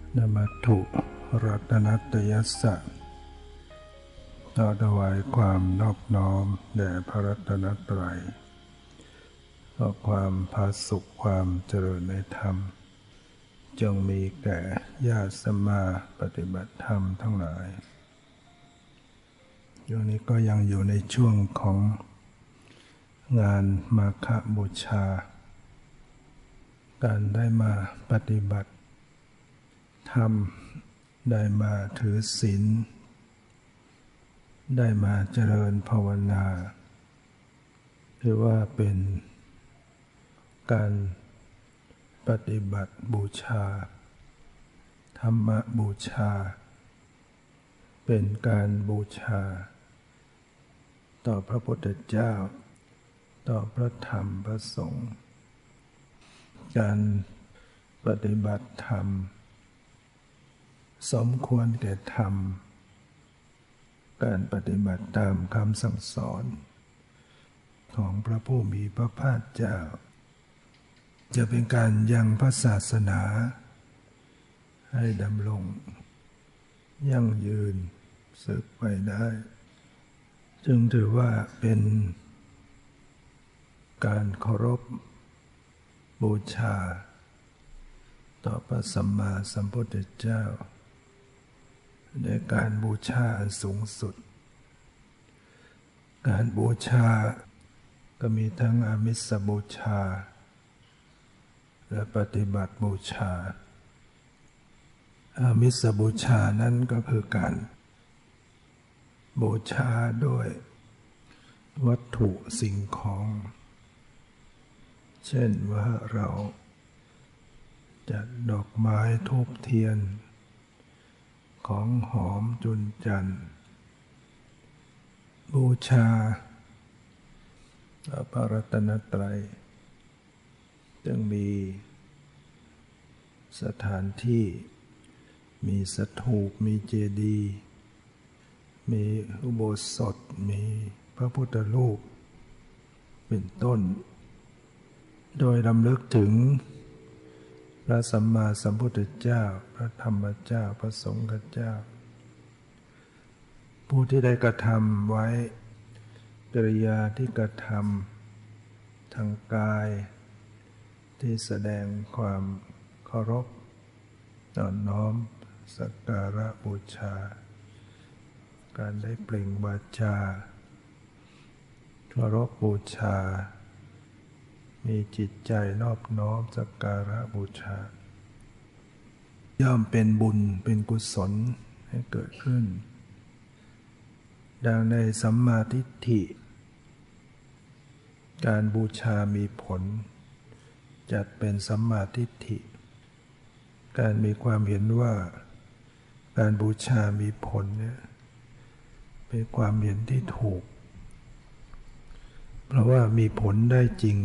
นมัตถุรัตนัตยัสสะต่อถวายความนอบน้อมแด่พระรัตนตรัยขอความผาสุขความเจริญในธรรมจงมีแก่ญาติสัมมาปฏิบัติธรรมทั้งหลายช่วงนี้ก็ยังอยู่ในช่วงของงานมาฆบูชาการได้มาปฏิบัติธรรมได้มาถือศีลได้มาเจริญภาวนาถือว่าเป็นการปฏิบัติบูชาธรรมบูชาเป็นการบูชาต่อพระพุทธเจ้าต่อพระธรรมพระสงฆ์การปฏิบัติธรรมสมควรแก่ธรรมการปฏิบัติตามคำสั่งสอนของพระผู้มีพระภาคเจ้าจะเป็นการยังพระศาสนาให้ดำรงยั่งยืนสืบไปได้จึงถือว่าเป็นการเคารพบูชาต่อพระสัมมาสัมพุทธเจ้าในการบูชาอันสูงสุดการบูชาก็มีทั้งอามิสบูชาและปฏิบัติบูชาอามิสบูชานั้นก็คือการบูชาด้วยวัตถุสิ่งของเช่นว่าเราจัดดอกไม้ธูปเทียนของหอมจุลจันทร์บูชาพระรัตนตรัยจึงมีสถานที่มีสถูปมีเจดีย์มีอุโบสถมีพระพุทธรูปเป็นต้นโดยรำลึกถึงพระสัมมาสัมพุทธเจ้าพระธรรมเจ้าพระสงฆ์เจ้าผู้ที่ได้กระทำไว้กิริยาที่กระทำทางกายที่แสดงความเคารพอ่อนน้อมสักการะบูชาการได้เปล่งวาจาเคารพบูชามีจิตใจนอบน้อมสักการะบูชาย่อมเป็นบุญเป็นกุศลให้เกิดขึ้นดังในสัมมาทิฏฐิการบูชามีผลจัดเป็นสัมมาทิฏฐิการมีความเห็นว่าการบูชามีผลเนี่ยเป็นความเห็นที่ถูกเพราะว่ามีผลได้จริง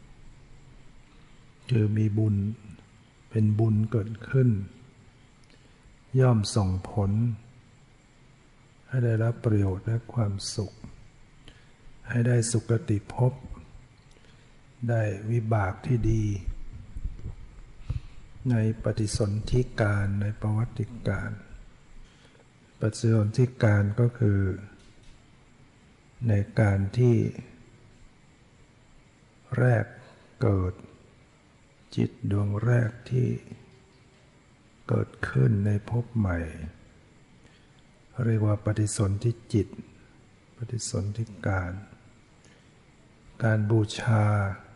คือมีบุญเป็นบุญเกิดขึ้นย่อมส่งผลให้ได้รับประโยชน์และความสุขให้ได้สุคติภพได้วิบากที่ดีในปฏิสนธิการในประวัติการปฏิสนธิการก็คือในการที่แรกเกิดจิตดวงแรกที่เกิดขึ้นในภพใหม่เรียกว่าปฏิสนธิจิตปฏิสนธิการการบูชา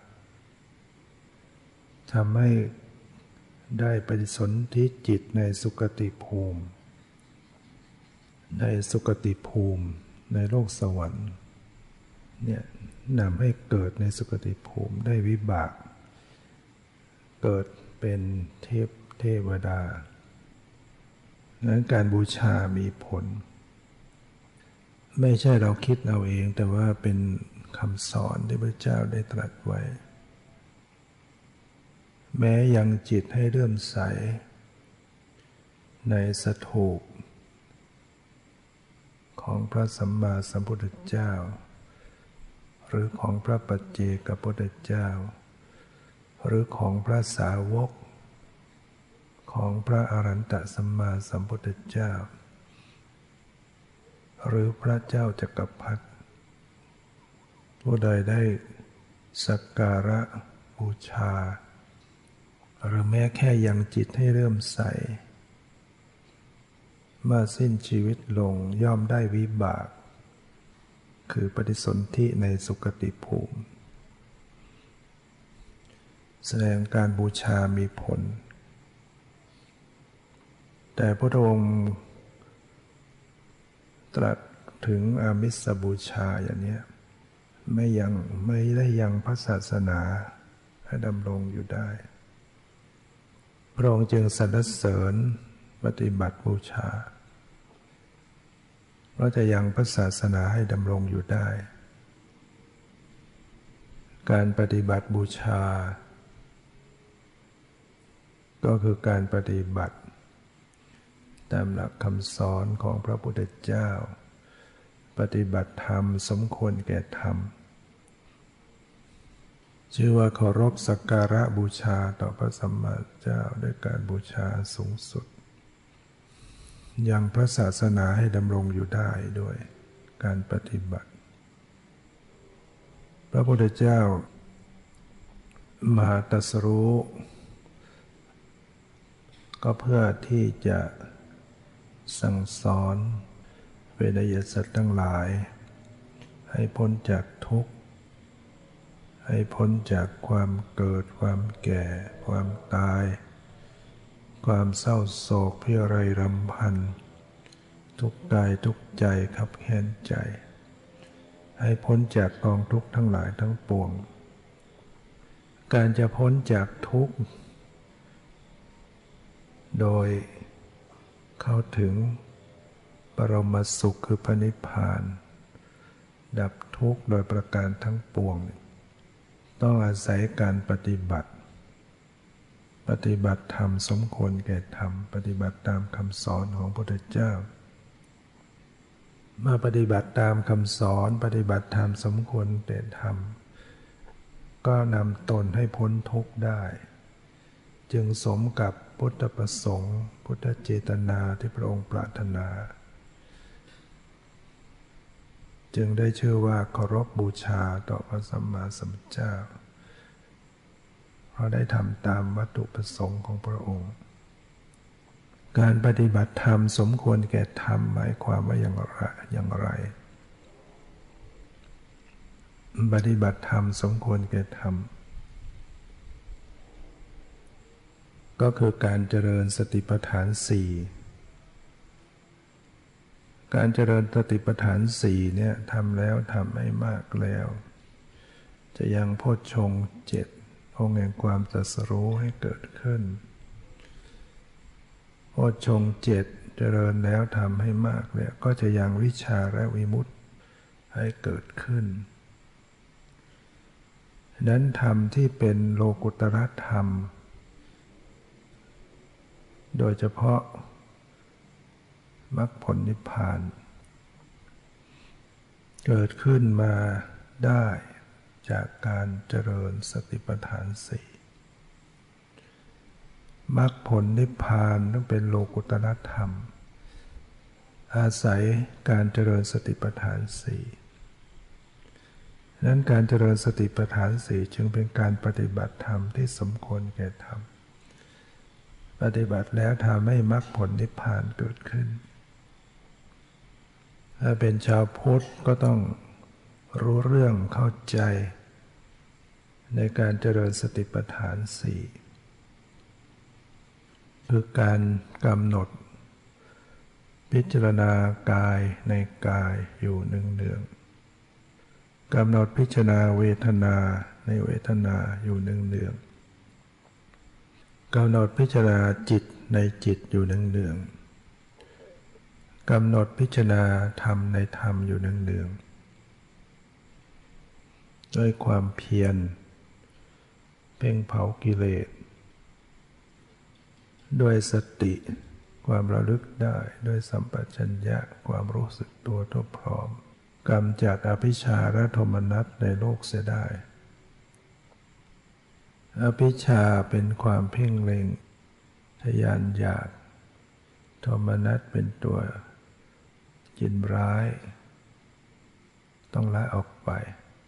ทำให้ได้ปฏิสนธิจิตในสุคติภูมิในสุคติภูมิในโลกสวรรค์เนี่ยนำให้เกิดในสุคติภูมิได้วิบากเกิดเป็นเทวดาดังนั้นการบูชามีผลไม่ใช่เราคิดเอาเองแต่ว่าเป็นคำสอนที่พระเจ้าได้ตรัสไว้แม้ยังจิตให้เลื่อมใสในสถูปของพระสัมมาสัมพุทธเจ้าหรือของพระปัจเจกพุทธเจ้าหรือของพระสาวกขของพระอรหันตสัมมาสัมพุทธเจ้าหรือพระเจ้าจักรพรรดิผู้ใดได้สักการะบูชาหรือแม้แค่ยังจิตให้เริ่อมใสเมื่อสิ้นชีวิตลงย่อมได้วิบากคือปฏิสนธิในสุคติภูมิแสดงการบูชามีผลแต่พระองค์ตรัสถึงอามิสบูชาอย่างนี้ไม่ได้ยังพระศาสนาให้ดำรงอยู่ได้พระองค์จึงสรรเสริญปฏิบัติบูชาเพราะจะยังพระศาสนาให้ดำรงอยู่ได้การปฏิบัติบูชาก็คือการปฏิบัติตามหลักคำสอนของพระพุทธเจ้าปฏิบัติธรรมสมควรแก่ธรรมชื่อว่าเคารพสักการะบูชาต่อพระสัมมาสัมพุทธเจ้าด้วยการบูชาสูงสุดยังพระศาสนาให้ดำรงอยู่ได้ด้วยการปฏิบัติพระพุทธเจ้ามาตรัสรู้ก็เพื่อที่จะสั่งสอนเวนยสัตว์ทั้งหลายให้พ้นจากทุกข์ให้พ้นจากความเกิดความแก่ความตายความเศร้าโศกพิไรรำพันทุกข์กายทุกข์ใจคับแค้นใจให้พ้นจากกองทุกข์ทั้งหลายทั้งปวงการจะพ้นจากทุกข์โดยเข้าถึงปรมสุขคือพระนิพพานดับทุกข์โดยประการทั้งปวงต้องอาศัยการปฏิบัติธรรมสมควรแก่ธรรมปฏิบัติตามคำสอนของพระพุทธเจ้าเมื่อปฏิบัติตามคำสอนปฏิบัติธรรมสมควรแก่ธรรมก็นำตนให้พ้นทุกข์ได้จึงสมกับพุทธประสงค์พุทธเจตนาที่พระองค์ปรารถนาจึงได้ชื่อว่าเคารพบูชาต่อพระสัมมาสัมพุทธเจ้าเพราะได้ทำตามวัตถุประสงค์ของพระองค์การปฏิบัติธรรมสมควรแก่ธรรมหมายความว่าอย่างไรปฏิบัติธรรมสมควรแก่ธรรมก็คือการเจริญสติปัฏฐานสี่การเจริญสติปัฏฐานสี่เนี่ยทำแล้วทำให้มากแล้วจะยังโพชฌงค์เจ็ดองค์แห่งความตรัสรู้ให้เกิดขึ้นโพชฌงค์เจ็ดเจริญแล้วทำให้มากแล้วก็จะยังวิชชาและวิมุตติให้เกิดขึ้นนั้นธรรมที่เป็นโลกุตรธรรมโดยเฉพาะมรรคผลนิพพานเกิดขึ้นมาได้จากการเจริญสติปัฏฐานสี่มรรคผลนิพพานต้องเป็นโลกุตรธรรมอาศัยการเจริญสติปัฏฐานสี่นั้นการเจริญสติปัฏฐานสี่จึงเป็นการปฏิบัติธรรมที่สมควรแก่ธรรมปฏิบัติแล้วทำให้มรรคผลนิพพานเกิดขึ้นถ้าเป็นชาวพุทธก็ต้องรู้เรื่องเข้าใจในการเจริญสติปัฏฐานสี่คือการกำหนดพิจารณากายในกายอยู่เนืองๆกำหนดพิจารณาเวทนาในเวทนาอยู่เนืองๆกำหนดพิจารณาจิตในจิตอยู่เนืองๆกำหนดพิจารณาธรรมในธรรมอยู่เนืองๆด้วยความเพียรเพ่งเผากิเลสด้วยสติความระลึกได้ด้วยสัมปชัญญะความรู้สึกตัวทั่วพร้อมกำจัดอภิชฌาและโทมนัสในโลกเสียได้อภิชฌาเป็นความเพ่งเล็ง ชยานอยากโทมนัสเป็นตัวยินร้ายต้องละออกไป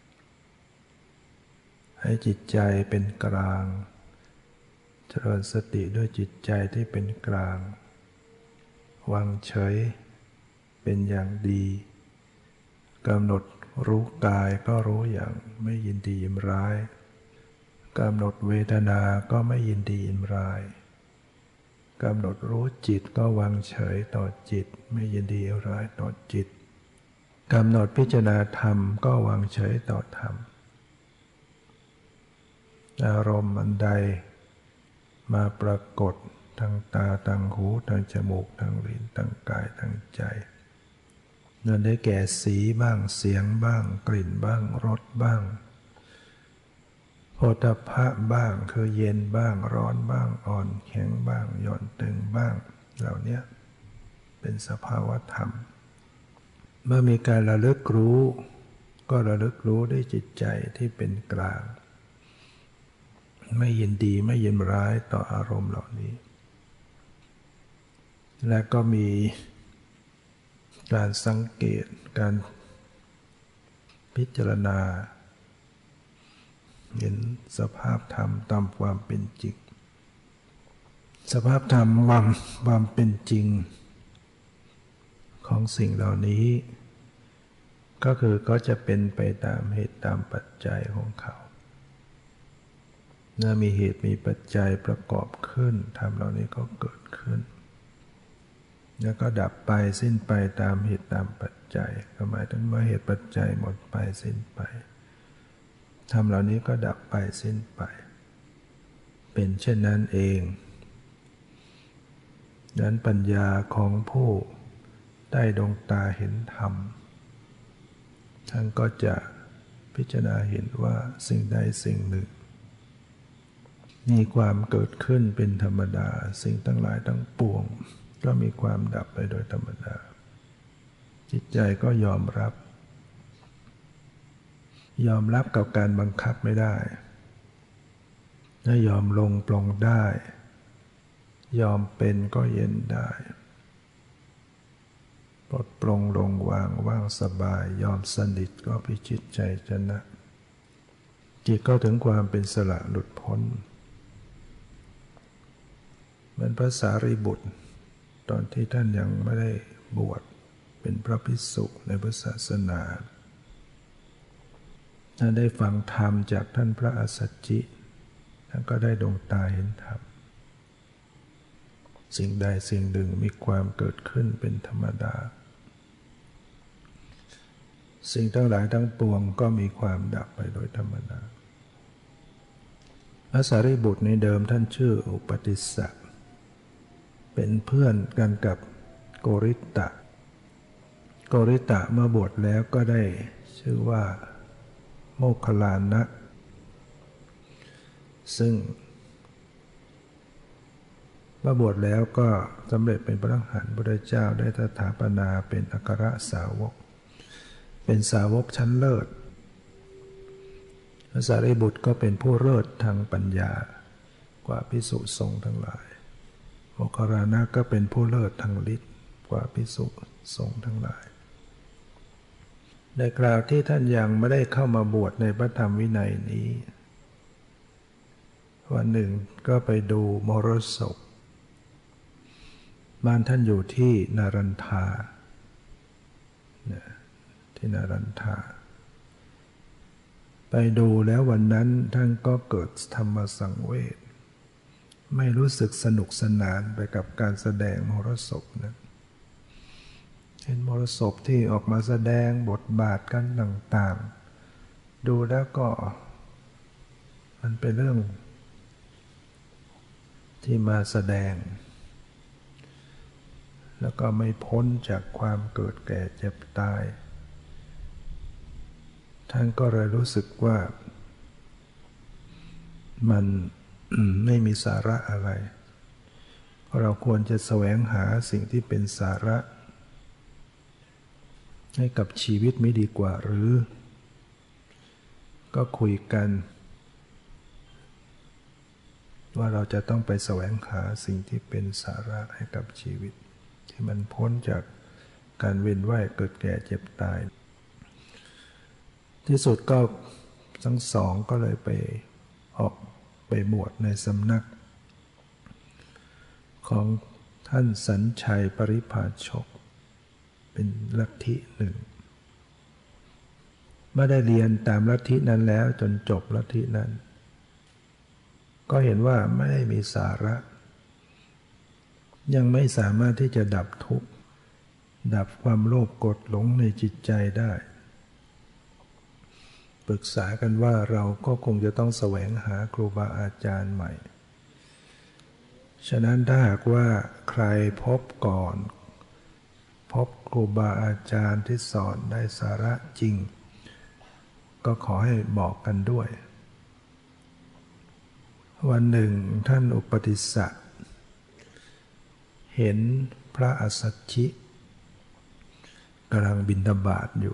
ให้จิตใจเป็นกลางเจริญสติด้วยจิตใจที่เป็นกลางวางเฉยเป็นอย่างดีกำหนดรู้กายก็รู้อย่างไม่ยินดียินร้ายกำหนดเวทนาก็ไม่ยินดียินร้ายกำหนดรู้จิตก็วางเฉยต่อจิตไม่ยินดียินร้ายต่อจิตกำหนดพิจารณาธรรมก็วางเฉยต่อธรรมอารมณ์อันใดมาปรากฏทางตาทางหูทางจมูกทางลิ้นทางกายทางใจนั่นได้แก่สีบ้างเสียงบ้างกลิ่นบ้างรสบ้างโผฏฐัพพะบ้างคือเย็นบ้างร้อนบ้างอ่อนแข็งบ้างหย่อนตึงบ้างเหล่านี้เป็นสภาวะธรรมเมื่อมีการระลึกรู้ก็ระลึกรู้ด้วยจิตใจที่เป็นกลางไม่ยินดีไม่ยินร้ายต่ออารมณ์เหล่านี้และก็มีการสังเกตการพิจารณาเห็นสภาพธรรมตามความเป็นจริงสภาพธรรมความเป็นจริงของสิ่งเหล่านี้ก็คือก็จะเป็นไปตามเหตุตามปัจจัยของเขาเมื่อมีเหตุมีปัจจัยประกอบขึ้นธรรมเหล่านี้ก็เกิดขึ้นแล้วก็ดับไปสิ้นไปตามเหตุตามปัจจัยก็หมายถึงเมื่อเหตุปัจจัยหมดไปสิ้นไปธรรมเหล่านี้ก็ดับไปสิ้นไปเป็นเช่นนั้นเองดังนั้นปัญญาของผู้ได้ดวงตาเห็นธรรมท่านก็จะพิจารณาเห็นว่าสิ่งใดสิ่งหนึ่งมีความเกิดขึ้นเป็นธรรมดาสิ่งทั้งหลายทั้งปวงก็มีความดับไปโดยธรรมดาจิตใจก็ยอมรับกับการบังคับไม่ได้ถ้ายอมลงปลงได้ยอมเป็นก็เย็นได้ปลดปลงลงว่างสบายยอมสนิทก็พิชิตใจชนะจิตก็ถึงความเป็นสละหลุดพ้นเหมือนพระสารีบุตรตอนที่ท่านยังไม่ได้บวชเป็นพระภิกษุในพุทธศาสนาท่านได้ฟังธรรมจากท่านพระอัสสชิท่านก็ได้ดวงตาเห็นธรรมสิ่งใดสิ่งหนึ่งมีความเกิดขึ้นเป็นธรรมดาสิ่งทั้งหลายทั้งปวงก็มีความดับไปโดยธรรมดาพระสารีบุตรในเดิมท่านชื่ออุปติสสะเป็นเพื่อนกันกับโกริตะเมื่อบวชแล้วก็ได้ชื่อว่าโมคคัลลานะซึ่งเมื่อบวชแล้วก็สำเร็จเป็นพระอรหันต์พุทธเจ้าได้สถาปนาเป็นอัครสาวกเป็นสาวกชั้นเลิศพระสารีบุตรก็เป็นผู้เลิศทางปัญญากว่าภิกษุสงฆ์ทั้งหลายโมคคัลลานะก็เป็นผู้เลิศทางฤทธิ์กว่าภิกษุสงฆ์ทั้งหลายในคราวที่ท่านยังไม่ได้เข้ามาบวชในพระธรรมวินัยนี้วันหนึ่งก็ไปดูมรสพบ้านท่านอยู่ที่นารันทาที่นารันทาไปดูแล้ววันนั้นท่านก็เกิดธรรมสังเวชไม่รู้สึกสนุกสนานไปกับการแสดงมรสพนั้นเห็นมรสพที่ออกมาแสดงบทบาทกันต่างๆดูแล้วก็มันเป็นเรื่องที่มาแสดงแล้วก็ไม่พ้นจากความเกิดแก่เจ็บตายท่านก็เลยรู้สึกว่ามันไม่มีสาระอะไรเราควรจะแสวงหาสิ่งที่เป็นสาระให้กับชีวิตไม่ดีกว่าหรือก็คุยกันว่าเราจะต้องไปแสวงหาสิ่งที่เป็นสาระให้กับชีวิตที่มันพ้นจากการเวียนว่ายเกิดแก่เจ็บตายที่สุดก็ทั้งสองก็เลยไปออกไปบวชในสำนักของท่านสัญชัยปริภาชกเป็นลัทธิหนึ่งเมื่อได้เรียนตามลัทธินั้นแล้วจนจบลัทธินั้นก็เห็นว่าไม่ได้มีสาระยังไม่สามารถที่จะดับทุกข์ดับความโลภโกรธหลงในจิตใจได้ปรึกษากันว่าเราก็คงจะต้องแสวงหาครูบาอาจารย์ใหม่ฉะนั้นถ้าหากว่าใครพบก่อนพบครูบาอาจารย์ที่สอนได้สาระจริงก็ขอให้บอกกันด้วยวันหนึ่งท่านอุปติสสะเห็นพระอัสสชิกำลังบิณฑบาตอยู่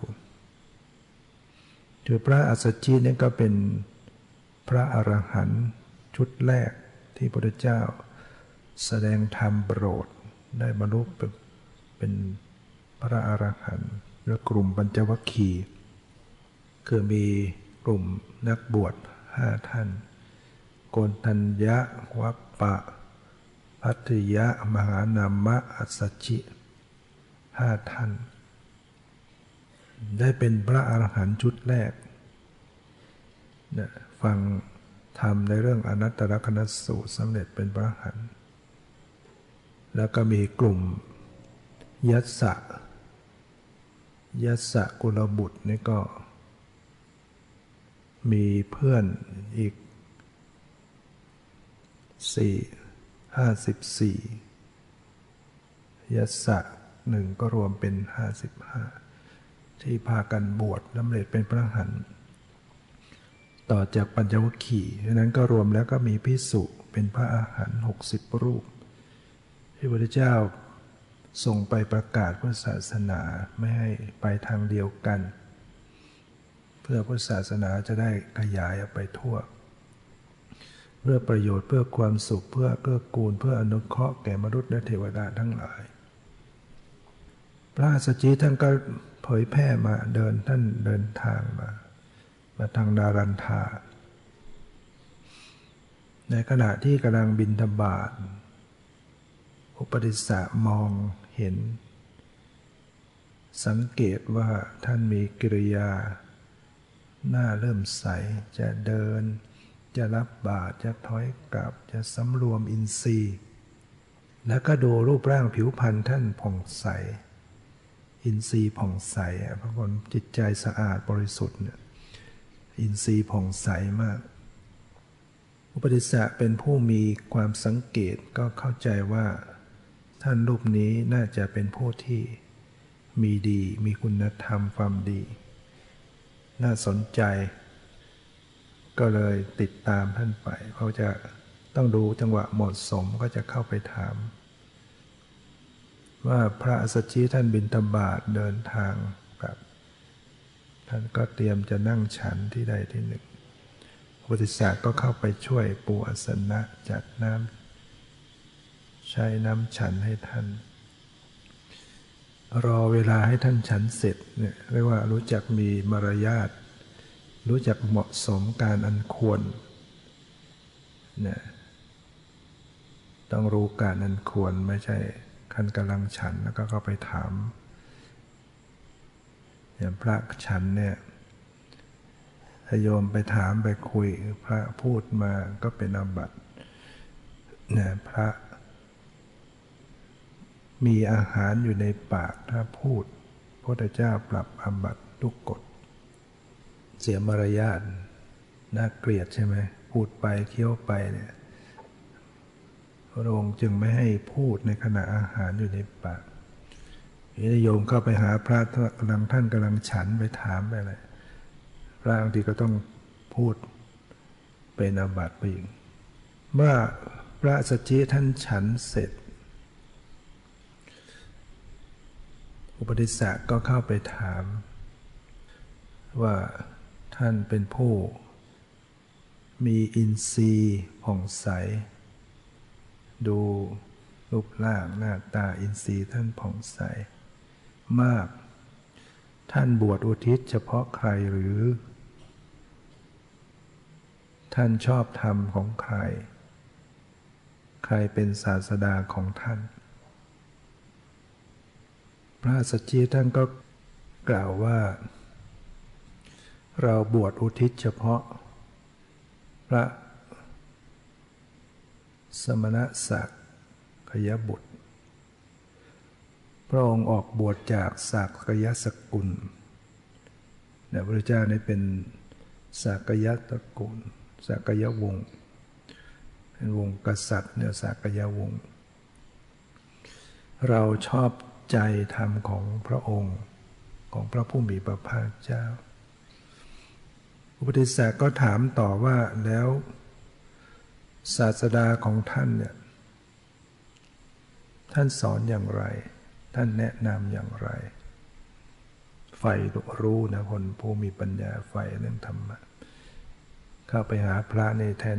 คือพระอัสสชินี่ก็เป็นพระอรหันต์ชุดแรกที่พระพุทธเจ้าแสดงธรรมโปรดได้บรรลุเป็นพระอรหันต์และกลุ่มปัญจวัคคีย์คือมีกลุ่มนักบวช5 ท่านโกณฑัญญะวัปปะภัตติยะมหานามะอัสสชิ5 ท่านได้เป็นพระอรหันต์ชุดแรกฟังธรรมในเรื่องอนัตตลกนัสสูตรสำเร็จเป็นพระอรหันต์แล้วก็มีกลุ่มยัสสะกุลบุตรนี่ก็มีเพื่อนอีก54ยัสสะ1ก็รวมเป็น55ที่พากันบวชสำเร็จเป็นพระอรหันต์ต่อจากปัญจวัคคีย์นั้นก็รวมแล้วก็มีภิกษุเป็นพระอรหันต์60 รูปที่พระพุทธเจ้าส่งไปประกาศพุทธศาสนาไม่ให้ไปทางเดียวกันเพื่อพุทธศาสนาจะได้ขยายออกไปทั่วเพื่อประโยชน์เพื่อความสุขเพื่อเกื้อกูลเพื่ออนุเคราะห์แก่มนุษย์และเทวดาทั้งหลายพระอัสสชิท่านก็เผยแพร่มาท่านเดินทางมาทางดารันทาในขณะที่กำลังบิณฑบาตอุปติสสะมองเห็นสังเกตว่าท่านมีกิริยาหน้าเริ่มใสจะเดินจะรับบาตรจะถอยกลับจะสำรวมอินทรีย์แล้วก็ดูรูปร่างผิวพรรณท่านผ่องใสอินทรีย์ผ่องใสเพราะคนจิตใจสะอาดบริสุทธิ์เนี่ยอินทรีย์ผ่องใสมากอุปติสสะเป็นผู้มีความสังเกตก็เข้าใจว่าท่านรูปนี้น่าจะเป็นผู้ที่มีดีมีคุณธรรมความดีน่าสนใจก็เลยติดตามท่านไปเขาจะต้องดูจังหวะเหมาะสมก็จะเข้าไปถามว่าพระอัสสชิท่านบิณฑบาตเดินทางแบบท่านก็เตรียมจะนั่งฉันที่ใดที่หนึ่งอุปติสสะก็เข้าไปช่วยปูอาสนะจัดน้ำใช้น้ำฉันให้ท่านรอเวลาให้ท่านฉันเสร็จเนี่ยเรียกว่ารู้จักมีมารยาทรู้จักเหมาะสมการอันควรเนี่ยต้องรู้การอันควรไม่ใช่ท่านกำลังฉันแล้วก็เข้าไปถามอย่างพระฉันเนี่ยถ้าโยมไปถามไปคุยพระพูดมาก็เป็นอาบัติเนี่ยพระมีอาหารอยู่ในปากถ้าพูดพระพุทธเจ้าปรับอาบัติทุกกฎเสียมารยาทน่าเกลียดใช่ไหมพูดไปเคี้ยวไปเนี่ยพระองค์จึงไม่ให้พูดในขณะอาหารอยู่ในปากโยมเข้าไปหาพระท่านกำลังฉันไปถามไปอะไรพระบางทีก็ต้องพูดเป็นอาบัติไปอีกเมื่อพระอัสสชิท่านฉันเสร็จอุปติสสะก็เข้าไปถามว่าท่านเป็นผู้มีอินทรีย์ผ่องใสดูรูปร่างหน้าตาอินทรีย์ท่านผ่องใสมากท่านบวชอุทิศเฉพาะใครหรือท่านชอบธรรมของใครใครเป็นศาสดาของท่านพระสัจจีท่านก็กล่าวว่าเราบวชอุทิศเฉพาะพระสมณศักยบุตรพระองค์ออกบวชจากศักยสกุลพระพุทธเจ้านี่เป็นศักยตระกูลศักยวงศ์เป็นวงศ์กษัตริย์เนี่ยศักยวงศ์เราชอบใจธรรมของพระองค์ของพระผู้มีพระภาคเจ้าอุปติสสะก็ถามต่อว่าแล้วศาสดาของท่านเนี่ยท่านสอนอย่างไรท่านแนะนำอย่างไรใฝ่รู้นะคนผู้มีปัญญาใฝ่เรื่องธรรมะเข้าไปหาพระในแทน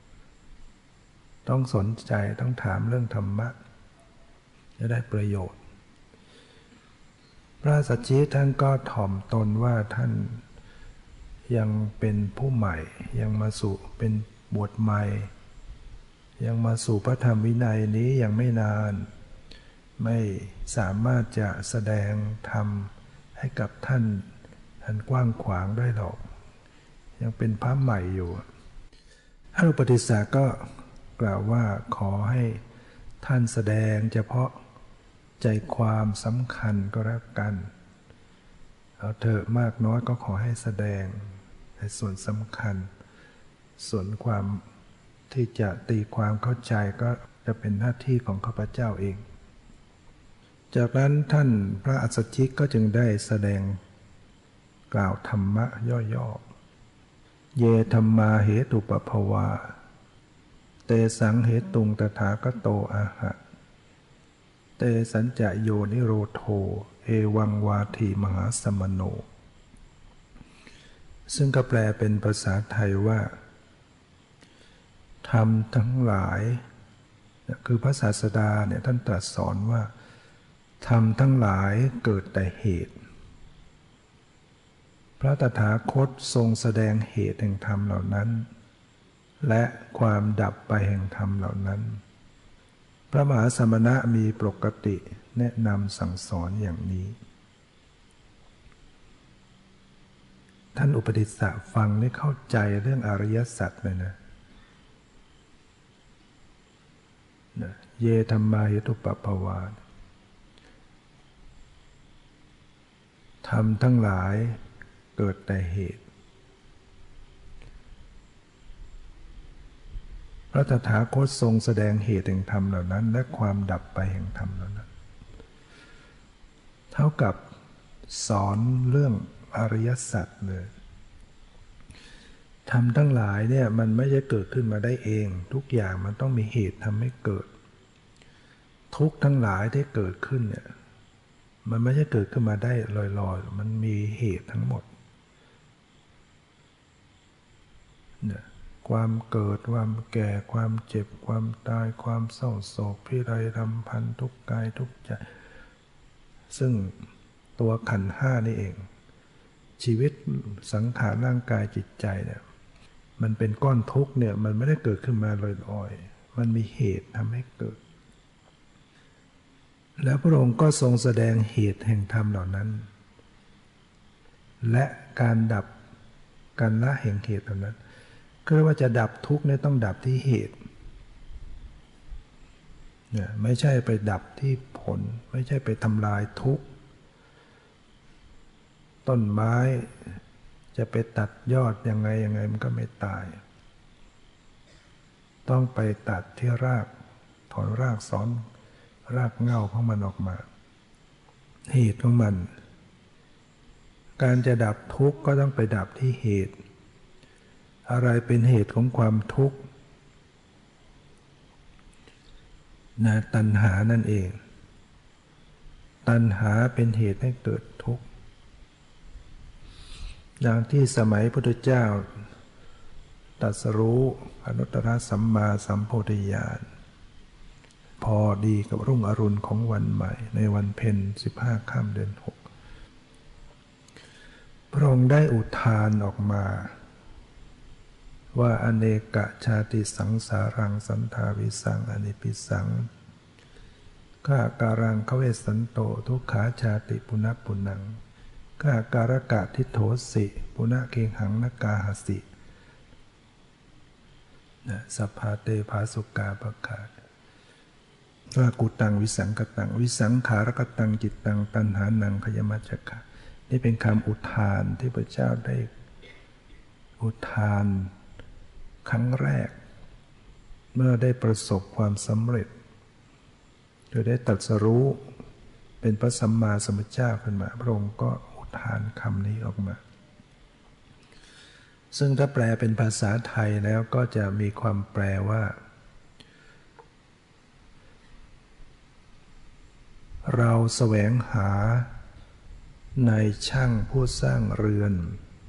ต้องสนใจต้องถามเรื่องธรรมะจะได้ประโยชน์พระสัจจิท่านก็ถ่อมตนว่าท่านยังเป็นผู้ใหม่ยังมาสู่เป็นบวชใหม่ยังมาสู่พระธรรมวินัยนี้ยังไม่นานไม่สามารถจะแสดงธรรมให้กับท่านอันกว้างขวางได้หรอกยังเป็นพระใหม่อยู่พระอุปติสสะก็กล่าวว่าขอให้ท่านแสดงเฉพาะใจความสำคัญก็แล้วกันเอาเถอะมากน้อยก็ขอให้แสดงในส่วนสำคัญส่วนความที่จะตีความเข้าใจก็จะเป็นหน้าที่ของข้าพเจ้าเองจากนั้นท่านพระอัสสชิก็จึงได้แสดงกล่าวธรรมะย่อๆเยธรรมาเหตุปภวาเตสังเหตุงตถาคโตอาหะเตสัญจะโยนิโรโธเอวังวาทีมหาสมโนซึ่งก็แปลเป็นภาษาไทยว่าธรรมทั้งหลายคือพระศาสดาเนี่ยท่านตรัสสอนว่าธรรมทั้งหลายเกิดแต่เหตุพระตถาคตทรงแสดงเหตุแห่งธรรมเหล่านั้นและความดับไปแห่งธรรมเหล่านั้นพระมหาสมณะมีปกติแนะนำสั่งสอนอย่างนี้ท่านอุปติสสะฟังได้เข้าใจเรื่องอริยสัจเลยนะเยธรรมาเหตุปภวาธรรมทั้งหลายเกิดแต่เหตุพระตถาคตทรงแสดงเหตุแห่งธรรมเหล่านั้นและความดับไปแห่งธรรมเหล่านั้นเท่ากับสอนเรื่องอริยสัจเลยธรรมทั้งหลายเนี่ยมันไม่ใช่เกิดขึ้นมาได้เองทุกอย่างมันต้องมีเหตุทำให้เกิดทุกทั้งหลายที่เกิดขึ้นเนี่ยมันไม่ใช่เกิดขึ้นมาได้ลอยๆมันมีเหตุทั้งหมดเนี่ยความเกิดความแก่ความเจ็บความตายความเศร้าโศกพิไรรำพันทุกข์กายทุกข์ใจซึ่งตัวขันธ์ห้านี่เองชีวิตสังขารร่างกายจิตใจเนี่ยมันเป็นก้อนทุกข์เนี่ยมันไม่ได้เกิดขึ้นมาลอยๆมันมีเหตุทำให้เกิดแล้วพระองค์ก็ทรงแสดงเหตุแห่งธรรมเหล่านั้นและการดับการละแห่งเหตุเหล่านั้นก็เรียกว่าจะดับทุกข์เนี่ยต้องดับที่เหตุเนี่ยไม่ใช่ไปดับที่ผลไม่ใช่ไปทำลายทุกข์ต้นไม้จะไปตัดยอดยังไงมันก็ไม่ตายต้องไปตัดที่รากถอนรากสอนรากเหง้าของมันออกมาเหตุของมันการจะดับทุกข์ก็ต้องไปดับที่เหตุอะไรเป็นเหตุของความทุกข์นะตัณหานั่นเองตัณหาเป็นเหตุให้เกิดทุกข์ดังที่สมัยพุทธเจ้าตรัสรู้อนุตตรสัมมาสัมโพธิญาณพอดีกับรุ่งอรุณของวันใหม่ในวันเพ็ญ15 ค่ำเดือน 6พระองค์ได้อุทานออกมาว่าอเนกชาติสังสารังสันทาวิสังอนิพิสังข้าการังขเวสสันโตทุกขาชาติปุณปุนังข้าการกะทิโถสิปุณเกหังนกาหสิสัพพาเตภาสุกาปะขาว่ากุตังวิสังกตังวิสังขารกตังจิตตังตัณหานังขยมัจจคะนี่เป็นคำอุทานที่พระเจ้าได้อุทานครั้งแรกเมื่อได้ประสบความสำเร็จโดยได้ตรัสรู้เป็นพระสัมมาสัมพุทธเจ้าขึ้นมาพระองค์ก็อุทานคำนี้ออกมาซึ่งถ้าแปลเป็นภาษาไทยแล้วก็จะมีความแปลว่าเราแสวงหาในช่างผู้สร้างเรือน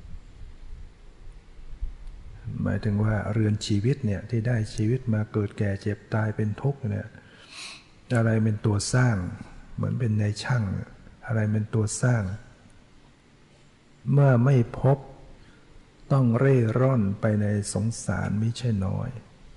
หมายถึงว่าเรือนชีวิตเนี่ยที่ได้ชีวิตมาเกิดแก่เจ็บตายเป็นทุกข์เนี่ยอะไรเป็นตัวสร้างเหมือนเป็นในช่างอะไรเป็นตัวสร้างเมื่อไม่พบต้องเร่ร่อนไปในสงสารมิใช่น้อย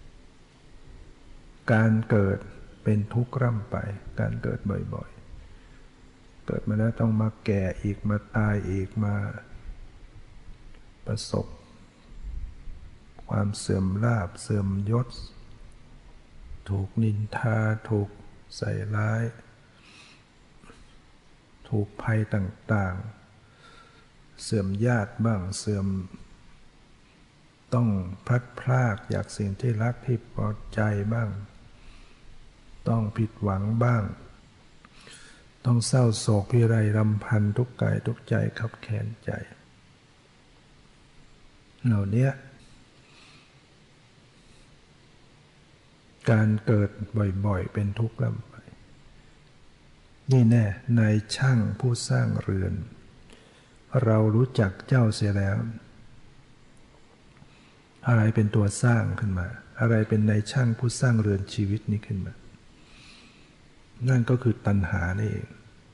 การเกิดเป็นทุกข์ร่ำไปการเกิดบ่อยๆเกิดมาแล้วต้องมาแก่อีกมาตายอีกมาประสบความเสื่อมลาภเสื่อมยศถูกนินทาถูกใส่ร้ายถูกภัยต่างๆเสื่อมญาติบ้างเสื่อมต้องพลัดพรากจากสิ่งที่รักที่พอใจบ้างต้องผิดหวังบ้างต้องเศร้าโศกพิไรรำพันทุกข์กายทุกข์ใจขับแค้นใจเหล่านี้การเกิดบ่อยๆเป็นทุกข์ร่ำไปนี่แน่นายช่างผู้สร้างเรือนเรารู้จักเจ้าเสียแล้วอะไรเป็นตัวสร้างขึ้นมาอะไรเป็นนายช่างผู้สร้างเรือนชีวิตนี้ขึ้นมานั่นก็คือตัณหานี่เอง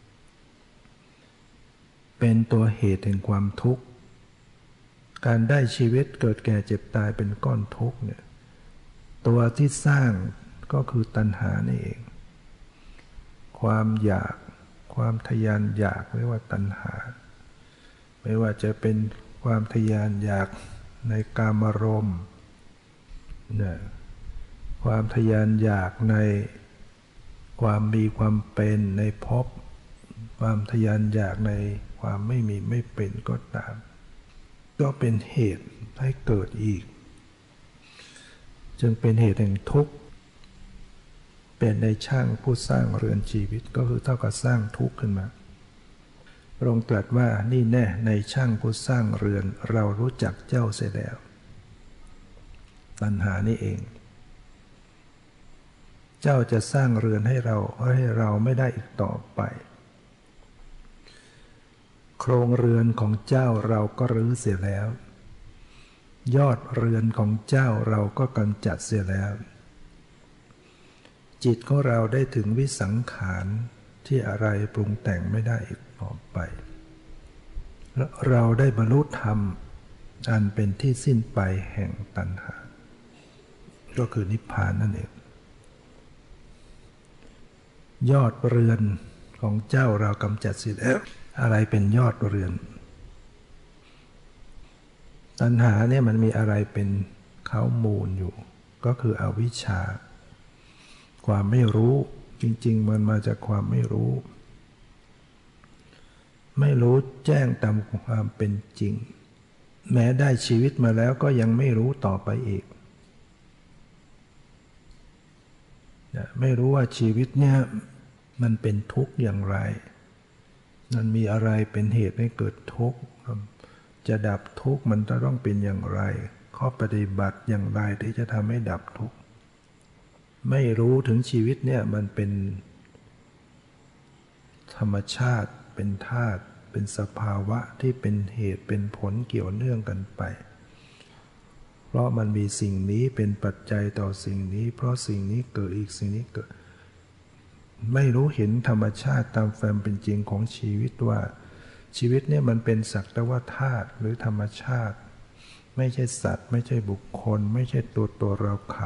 เป็นตัวเหตุแห่งความทุกข์การได้ชีวิตเกิดแก่เจ็บตายเป็นก้อนทุกข์เนี่ยตัวที่สร้างก็คือตัณหานี่เองความอยากความทยานอยากเรียกว่าตัณหาไม่ว่าจะเป็นความทยานอยากในกามารมณ์เนี่ยความทยานอยากในความมีความเป็นในภพความทยานอยากในความไม่มีไม่เป็นก็ตามก็เป็นเหตุให้เกิดอีกจึงเป็นเหตุแห่งทุกข์เป็นในช่างผู้สร้างเรือนชีวิตก็คือเท่ากับสร้างทุกข์ขึ้นมาพระองค์ตรัสว่านี่แน่ในช่างผู้สร้างเรือนเรารู้จักเจ้าเสียแล้วตัณหานี่เองเจ้าจะสร้างเรือนให้เราไม่ได้อีกต่อไปโครงเรือนของเจ้าเราก็รื้อเสียแล้วยอดเรือนของเจ้าเราก็กำจัดเสียแล้วจิตของเราได้ถึงวิสังขารที่อะไรปรุงแต่งไม่ได้อีกต่อไปและเราได้บรรลุธรรมอันเป็นที่สิ้นไปแห่งตัณหาก็คือนิพพานนั่นเองยอดเรือนของเจ้าเรากำจัดเสียแล้วอะไรเป็นยอดเรือนตัณหาเนี่ยมันมีอะไรเป็นเค้ามูลอยู่ก็คืออวิชชาความไม่รู้จริงๆมันมาจากความไม่รู้แจ้งตามความเป็นจริงแม้ได้ชีวิตมาแล้วก็ยังไม่รู้ต่อไปอีกไม่รู้ว่าชีวิตเนี่ยมันเป็นทุกข์อย่างไรมันมีอะไรเป็นเหตุให้เกิดทุกข์จะดับทุกข์มันจะต้องเป็นอย่างไรข้อปฏิบัติอย่างไรที่จะทำให้ดับทุกข์ไม่รู้ถึงชีวิตเนี่ยมันเป็นธรรมชาติเป็นธาตุเป็นสภาวะที่เป็นเหตุเป็นผลเกี่ยวเนื่องกันไปเพราะมันมีสิ่งนี้เป็นปัจจัยต่อสิ่งนี้เพราะสิ่งนี้เกิดอีกสิ่งนี้เกิดไม่รู้เห็นธรรมชาติตามความเป็นจริงของชีวิตว่าชีวิตเนี่ยมันเป็นสักแต่ว่าธาตุหรือธรรมชาติไม่ใช่สัตว์ไม่ใช่บุคคลไม่ใช่ตัวเราเขา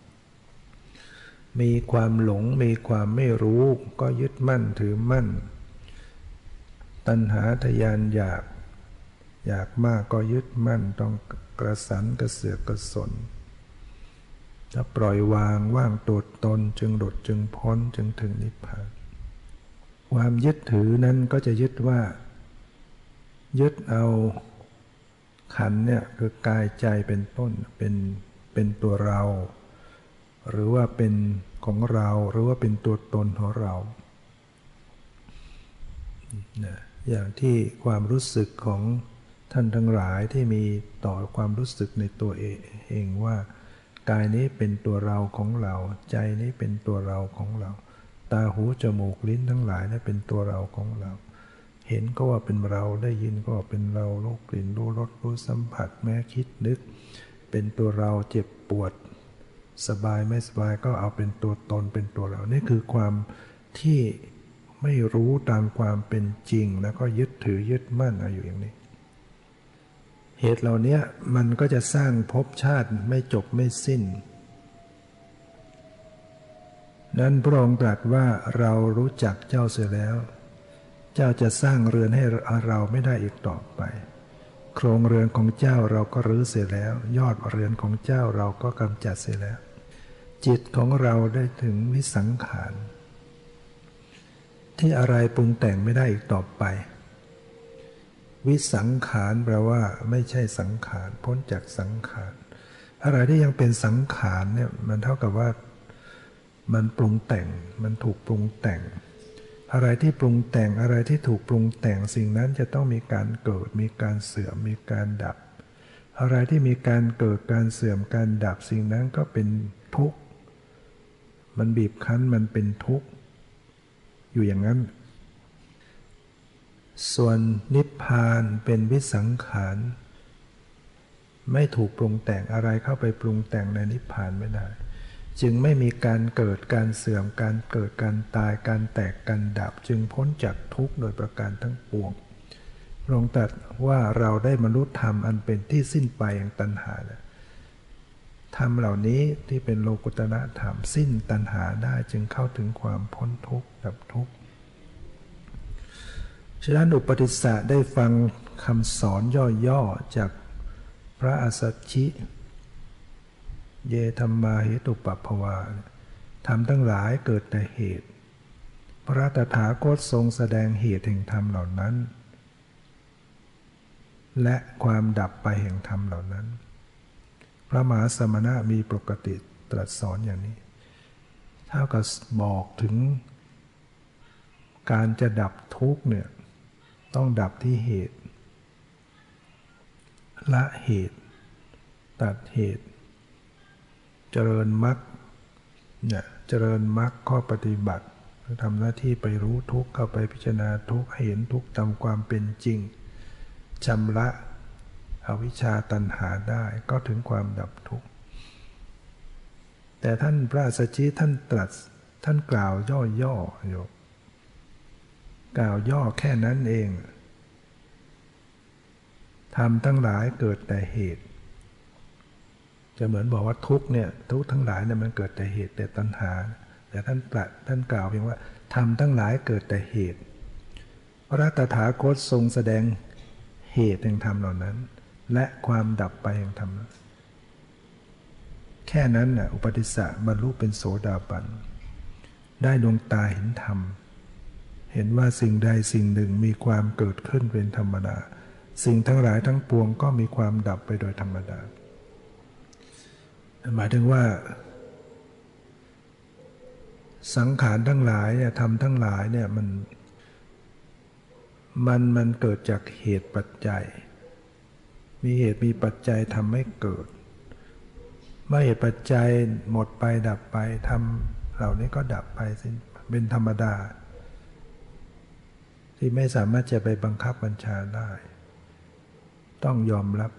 มีความหลงมีความไม่รู้ก็ยึดมั่นถือมั่นตัณหาทยานอยากมากก็ยึดมั่นต้องกระสันกระเสือกกระสนถ้าปล่อยวางว่างตัวตนจึงหลุดจึงพ้นจึงถึงนิพพานความยึดถือนั้นก็จะยึดว่ายึดเอาขันธ์เนี่ยคือกายใจเป็นต้นเป็นตัวเราหรือว่าเป็นของเราหรือว่าเป็นตัวตนของเราอย่างที่ความรู้สึกของท่านทั้งหลายที่มีต่อความรู้สึกในตัวเองว่ากายนี้เป็นตัวเราของเราใจนี้เป็นตัวเราของเราตาหูจมูกลิ้นทั้งหลายนี่เป็นตัวเราของเราเห็นก็ว่าเป็นเราได้ยินก็ว่าเป็นเรารู้กลิ่นรู้รสรู้สัมผัสแม้คิดนึกเป็นตัวเราเจ็บปวดสบายไม่สบายก็เอาเป็นตัวตนเป็นตัวเรานี่คือความที่ไม่รู้ตามความเป็นจริงแล้วก็ยึดถือยึดมั่นอยู่อย่างนี้เหตุเหล่านี้มันก็จะสร้างภพชาติไม่จบไม่สิ้นนั้นพระองค์ตรัสว่าเรารู้จักเจ้าเสียแล้วเจ้าจะสร้างเรือนให้เราไม่ได้อีกต่อไปโครงเรือนของเจ้าเราก็รื้อเสียแล้วยอดเรือนของเจ้าเราก็กำจัดเสียแล้วจิตของเราได้ถึงวิสังขารที่อะไรปรุงแต่งไม่ได้อีกต่อไปวิสังขารแปลว่าไม่ใช่สังขารพ้นจากสังขารอะไรที่ยังเป็นสังขารเนี่ยมันเท่ากับว่ามันปรุงแต่งมันถูกปรุงแต่งอะไรที่ปรุงแต่งอะไรที่ถูกปรุงแต่งสิ่งนั้นจะต้องมีการเกิดมีการเสื่อมมีการดับอะไรที่มีการเกิดการเสื่อมการดับสิ่งนั้นก็เป็นทุกข์มันบีบคั้นมันเป็นทุกข์อยู่อย่างนั้นส่วนนิพพานเป็นวิสังขารไม่ถูกปรุงแต่งอะไรเข้าไปปรุงแต่งในนิพพานไม่ได้จึงไม่มีการเกิดการเสื่อมการเกิดการตายการแตกการดับจึงพ้นจากทุกข์โดยประการทั้งปวงพระองค์ตรัสว่าเราได้บรรลุธรรมอันเป็นที่สิ้นไปแห่งตัณหาธรรมเหล่านี้ที่เป็นโลกุตระธรรมสิ้นตัณหาได้จึงเข้าถึงความพ้นทุกข์ดับทุกข์ฉะนั้นอุปติสสะได้ฟังคำสอนย่อๆจากพระอัสสชิเยธัมมาเหตุปัปภวาธรรมทั้งหลายเกิดแต่เหตุพระตถาคตทรงแสดงเหตุแห่งธรรมเหล่านั้นและความดับไปแห่งธรรมเหล่านั้นพระมหาสมณะมีปกติตรัสสอนอย่างนี้เท่ากับบอกถึงการจะดับทุกข์เนี่ยต้องดับที่เหตุละเหตุตัดเหตุเจริญมรรคเนี่ยเจริญมรรคข้อปฏิบัติทำหน้าที่ไปรู้ทุกข์เข้าไปพิจารณาทุกข์เห็นทุกข์ตามความเป็นจริงชำระอวิชชาตัณหาได้ก็ถึงความดับทุกข์แต่ท่านพระอัสสชิท่านตรัสท่านกล่าวย่อๆอยู่กล่าวย่อแค่นั้นเองธรรมทั้งหลายเกิดแต่เหตุจะเหมือนบอกว่าทุกเนี่ยทุกทั้งหลายเนี่ยมันเกิดแต่เหตุแต่ตัณหาแต่ท่านกล่าวเพียงว่าธรรมทั้งหลายเกิดแต่เหตุพระตถาคตทรงแสดงเหตุแห่งธรรมเหล่านั้นและความดับไปแห่งธรรมแค่นั้นน่ะอุปติสสะบรรลุเป็นโสดาบันได้ดวงตาเห็นธรรมเห็นว่าสิ่งใดสิ่งหนึ่งมีความเกิดขึ้นเป็นธรรมดาสิ่งทั้งหลายทั้งปวงก็มีความดับไปโดยธรรมดาหมายถึงว่าสังขารทั้งหลายเนี่ยธรรมทั้งหลายเนี่ยมันเกิดจากเหตุปัจจัยมีเหตุมีปัจจัยทำให้เกิดเมื่อเหตุปัจจัยหมดไปดับไปธรรมเหล่านี้ก็ดับไปสิ้นเป็นธรรมดาที่ไม่สามารถจะไปบังคับบัญชาได้ต้องยอมรับ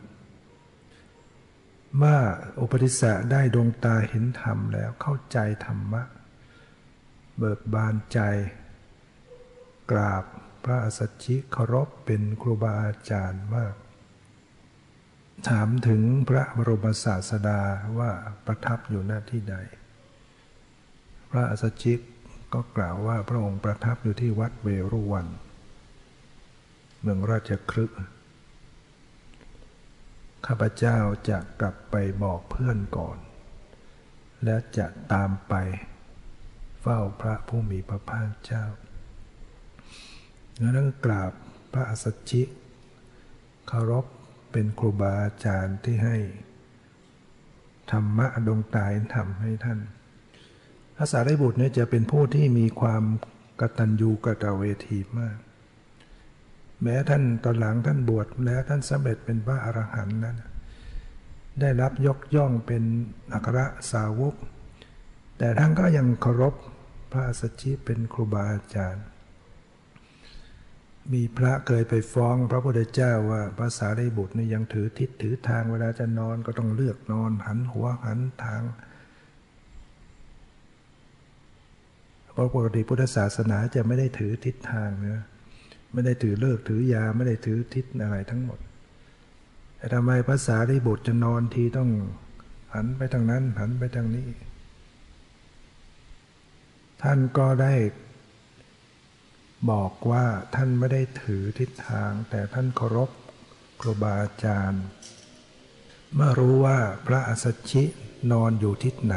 เมื่ออุปติสสะได้ดวงตาเห็นธรรมแล้วเข้าใจธรรมะเบิกบานใจกราบพระอัสสชิเคารพเป็นครูบาอาจารย์มากถามถึงพระบรมศาสดาว่าประทับอยู่หน้าที่ใดพระอัสสชิก็กล่าวว่าพระองค์ประทับอยู่ที่วัดเวรุวันเมืองราชคฤห์ข้าพเจ้าจะกลับไปบอกเพื่อนก่อนและจะตามไปเฝ้าพระผู้มีพระภาคเจ้าแล้วก็กราบพระอัสสชิเคารพเป็นครูบาอาจารย์ที่ให้ธรรมะดวงตาทำให้ท่านพระสารีบุตรเนี่ยจะเป็นผู้ที่มีความกตัญญูกตเวทีมากแม้ท่านตอนหลังท่านบวชแล้วท่านสำเร็จเป็นพระอรหันต์นั้นได้รับยกย่องเป็นอัครสาวกแต่ท่านก็ยังเคารพพระอัสสชิเป็นครูบาอาจารย์มีพระเคยไปฟ้องพระพุทธเจ้าว่าพระสารีบุตรนี่ยังถือทิศถือทางเวลาจะนอนก็ต้องเลือกนอนหันหัวหันทางเพราะปกติพุทธศาสนาจะไม่ได้ถือทิศทางนะไม่ได้ถือเลิกถือยาไม่ได้ถือทิศอะไรทั้งหมดแต่ทำไมพระสารีบุตรจะนอนทีต้องหันไปทางนั้นหันไปทางนี้ท่านก็ได้บอกว่าท่านไม่ได้ถือทิศทางแต่ท่านเคารพครูบาอาจารย์เมื่อรู้ว่าพระอัสสชินอนอยู่ทิศไหน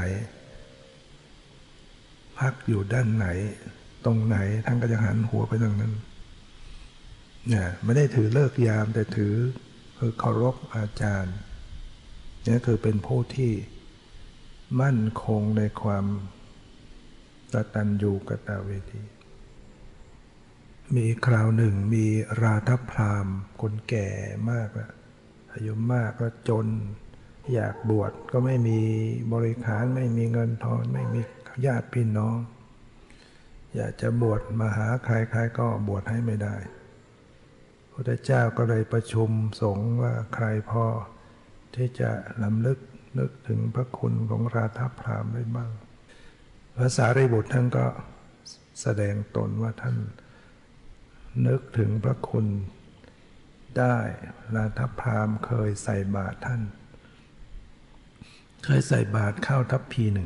พักอยู่ด้านไหนตรงไหนท่านก็จะหันหัวไปทางนั้นเนี่ยไม่ได้ถือเลิกยามแต่ถือคือเคารพอาจารย์นี่คือเป็นผู้ที่มั่นคงในความกตัญญูกตเวทีมีคราวหนึ่งมีราธพราหมณ์คนแก่มากแล้วอายุมากก็จนอยากบวชก็ไม่มีบริขารไม่มีเงินทองไม่มีญาติพี่น้องอยากจะบวชมาหาใครๆก็บวชให้ไม่ได้พระพุทธเจ้าก็เลยประชุมสงฆ์ว่าใครพอที่จะรำลึกนึกถึงพระคุณของราธพราหมณ์ได้บ้างพระสารีบุตรท่านก็แสดงตนว่าท่านนึกถึงพระคุณได้ราธพราหมณ์เคยใส่บาตรท่านเคยใส่บาตรข้าวทัพพีหนึ่ง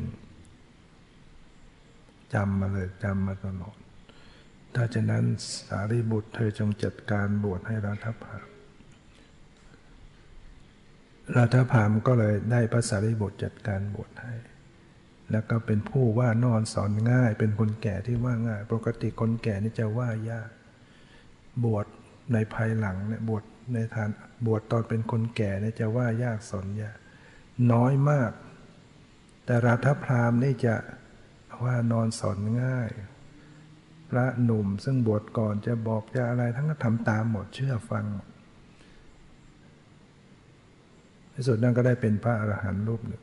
จำมาเลยจำมาตลอดถ้าฉะนั้นสารีบุตรเธอจงจัดการบวชให้ราธพราหมณ์ราธพราหมณ์ก็เลยได้พระสารีบุตรจัดการบวชให้แล้วก็เป็นผู้ว่านอนสอนง่ายเป็นคนแก่ที่ว่าง่ายปกติคนแก่นี่จะว่ายากบวชในภายหลังเนี่ยบวชในฐานบวชตอนเป็นคนแก่เนี่ยจะว่ายากสอนยากน้อยมากแต่ราธพราหมณ์นี่จะว่านอนสอนง่ายพระหนุ่มซึ่งบวชก่อนจะบอกจะอะไรทั้งก็ทำตามหมดเชื่อฟังในสุดนั้นก็ได้เป็นพระอรหันต์รูปหนึ่ง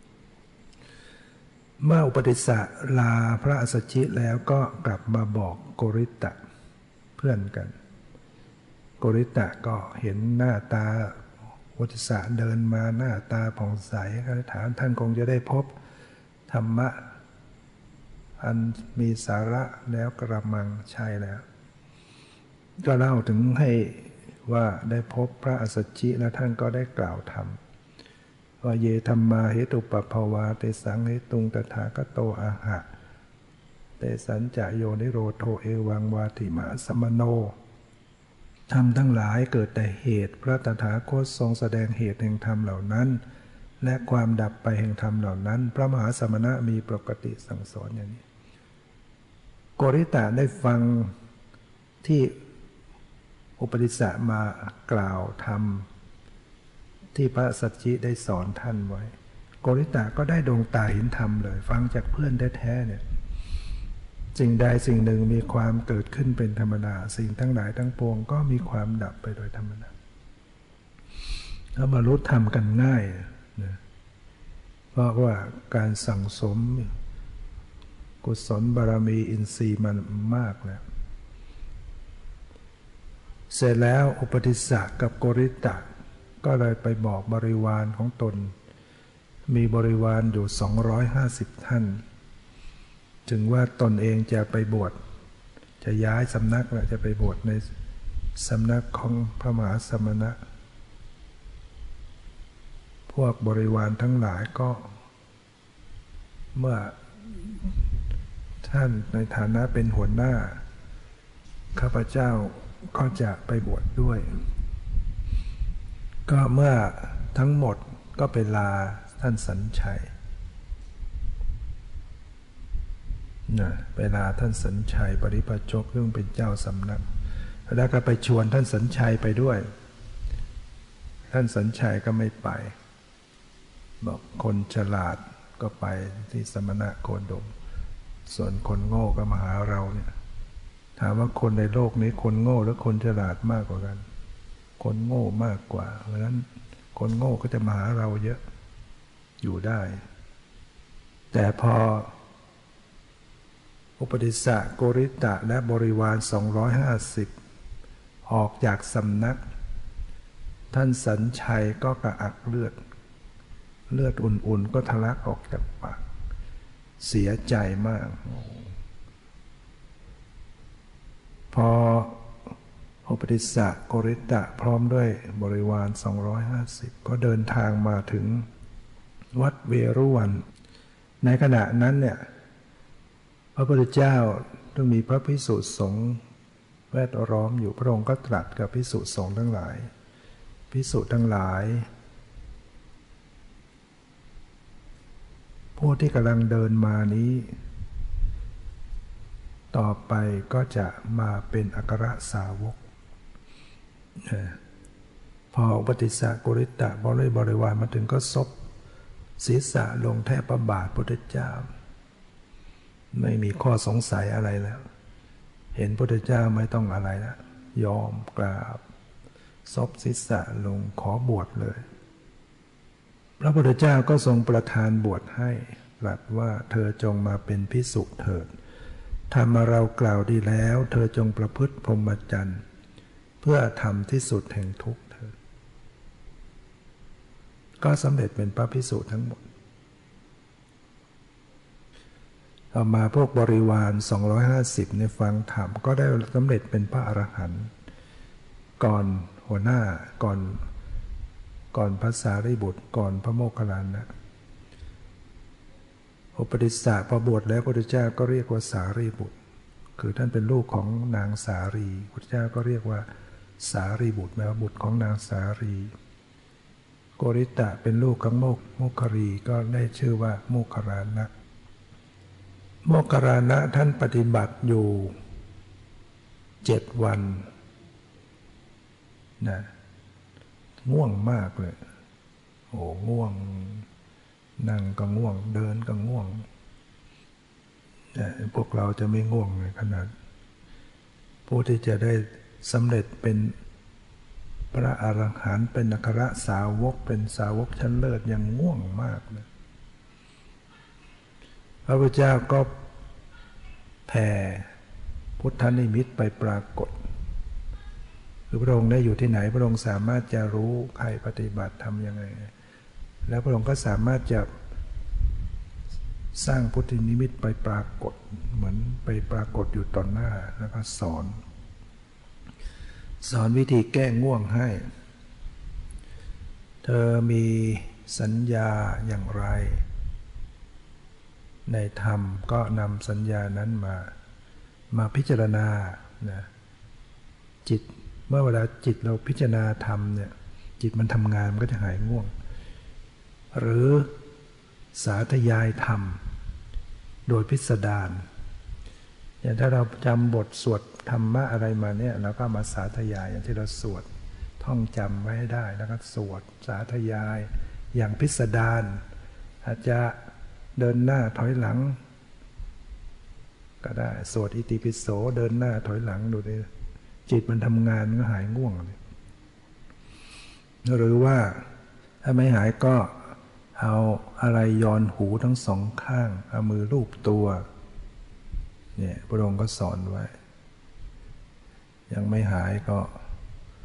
เมื่ออุปติสสะลาพระอัสสชิแล้วก็กลับมาบอกโกริตะเพื่อนกันโกริตะก็เห็นหน้าตาอุปติสสะเดินมาหน้าตาผ่องใสก็ถามท่านคงจะได้พบธรรมะอันมีสาระแล้วกระมังใช่แล้วก็เล่าถึงให้ว่าได้พบพระอัสสชิและท่านก็ได้กล่าวธรรมว่าเยธัมมาเหตุปปภวาเตสังเหตุงตถาคโตอาหะเตสัญจะโยนิโรโธเอวังวาติมาสมโนธรรมทั้งหลายเกิดแต่เหตุพระตถาคตทรงแสดงเหตุแห่งธรรมเหล่านั้นและความดับไปแห่งธรรมเหล่านั้นพระมหาสมณะมีปกติสั่งสอนอย่างนี้โกริตะได้ฟังที่อุปติสสะมากล่าวธรรมที่พระสัจจิได้สอนท่านไว้โกริตะก็ได้ดวงตาเห็นธรรมเลยฟังจากเพื่อนแท้ๆเนี่ยสิ่งใดสิ่งหนึ่งมีความเกิดขึ้นเป็นธรรมดาสิ่งทั้งหลายทั้งปวงก็มีความดับไปโดยธรรมดาแล้วบรรลุธรรมกันง่ายนะเพราะว่าการสั่งสมกุศลบารมีอินทรีย์มันมากแล้วเสร็จแล้วอุปติสสะกับโกริตะก็เลยไปบอกบริวารของตนมีบริวารอยู่250ท่านถึงว่าตนเองจะไปบวชจะย้ายสำนักแล้วจะไปบวชในสำนักของพระมหาสมณะพวกบริวารทั้งหลายก็เมื่อท่านในฐานะเป็นหัวหน้าข้าพเจ้าก็จะไปบวชดด้วยก็เมื่อทั้งหมดก็ไปลาท่านสัญชัยไปลาท่านสัญชัยปริพาชกซึ่งเป็นเจ้าสำนักแล้วก็ไปชวนท่านสัญชัยไปด้วยท่านสัญชัยก็ไม่ไปบอกคนฉลาดก็ไปที่สมณะโคดมส่วนคนโง่ก็มาหาเราเนี่ยถามว่าคนในโลกนี้คนโง่หรือคนฉลาดมากกว่ากันคนโง่มากกว่าเพราะฉะนั้นคนโง่ก็จะมาหาเราเยอะอยู่ได้แต่พออุปติสสะโกริตะและบริวาร250ออกจากสำนักท่านสัญชัยก็กระอักเลือดอุ่นๆก็ทะลักออกจากปากเสียใจมากพออุปติสสะโกริตะพร้อมด้วยบริวาร250ก็เดินทางมาถึงวัดเวรุวันในขณะนั้นเนี่ยพระพุทธเจ้าต้องมีพระภิกษุสงฆ์แวดล้อมอยู่พระองค์ก็ตรัสกับภิกษุสงฆ์ทั้งหลายภิกษุทั้งหลายผู้ที่กำลังเดินมานี้ต่อไปก็จะมาเป็นอัครสาวกพออุปติสสะโกริตะบริวารมาถึงก็ซบศีรษะลงแทบพระบาทพระพุทธเจ้าไม่มีข้อสงสัยอะไรแล้วเห็นพระพุทธเจ้าไม่ต้องอะไรแล้วยอมกราบซบศีรษะลงขอบวชเลยพระพุทธเจ้าก็ทรงประทานบวชให้ตรัสว่าเธอจงมาเป็นภิกษุเถิดธรรมเรากล่าวดีแล้วเธอจงประพฤติพรหมจรรย์เพื่อทำที่สุดแห่งทุกข์เถิดก็สำเร็จเป็นพระภิกษุทั้งหมดต่อมาพวกบริวาร250ในฟังธรรมก็ได้สำเร็จเป็นพระอรหันต์ก่อนหัวหน้าก่อนพระสารีบุตรก่อนพระโมคคัลลานะอุปติสสะพอบวชแล้วพระพุทธเจ้าก็เรียกว่าสารีบุตรคือท่านเป็นลูกของนางสารีพระพุทธเจ้าก็เรียกว่าสารีบุตรแปลว่าบุตรของนางสารีโกริตะเป็นลูกของโมคคัลลีก็ได้ชื่อว่าโมคคัลลานะโมคคัลลานะท่านปฏิบัติอยู่7 วันนะง่วงมากเลยโอ้ง่วงนั่งก็ง่วงเดินก็ง่วงแต่พวกเราจะไม่ง่วงในขนาดผู้ที่จะได้สำเร็จเป็นพระอรหันต์เป็นอัครสาวกเป็นสาวกชั้นเลิศยังง่วงมากเลยพระพุทธเจ้าก็แผ่พุทธนิมิตไปปรากฏคือพระองค์ได้อยู่ที่ไหนพระองค์สามารถจะรู้ใครปฏิบัติทำยังไงแล้วพระองค์ก็สามารถจะสร้างพุทธนิมิตไปปรากฏเหมือนไปปรากฏอยู่ต่อหน้าแล้วก็สอนวิธีแก้ง่วงให้เธอมีสัญญาอย่างไรในธรรมก็นำสัญญานั้นมาพิจารณานะจิตเมื่อเวลาจิตเราพิจารณาธรรมเนี่ยจิตมันทำงานมันก็จะหายง่วงหรือสาธยายธรรมโดยพิสดารอย่างถ้าเราจำบทสวดธรรมะอะไรมาเนี่ยเราก็มาสาธยายอย่างที่เราสวดท่องจำไว้ให้ได้แล้วก็สวดสาธยายอย่างพิสดารอาจจะเดินหน้าถอยหลังก็ได้สวดอิติปิโสเดินหน้าถอยหลังดูดิจิตมันทำงานก็หายง่วงหรือว่าถ้าไม่หายก็เอาอะไรย้อนหูทั้งสองข้างเอามือลูบตัวเนี่ยพระองค์ก็สอนไว้ยังไม่หายก็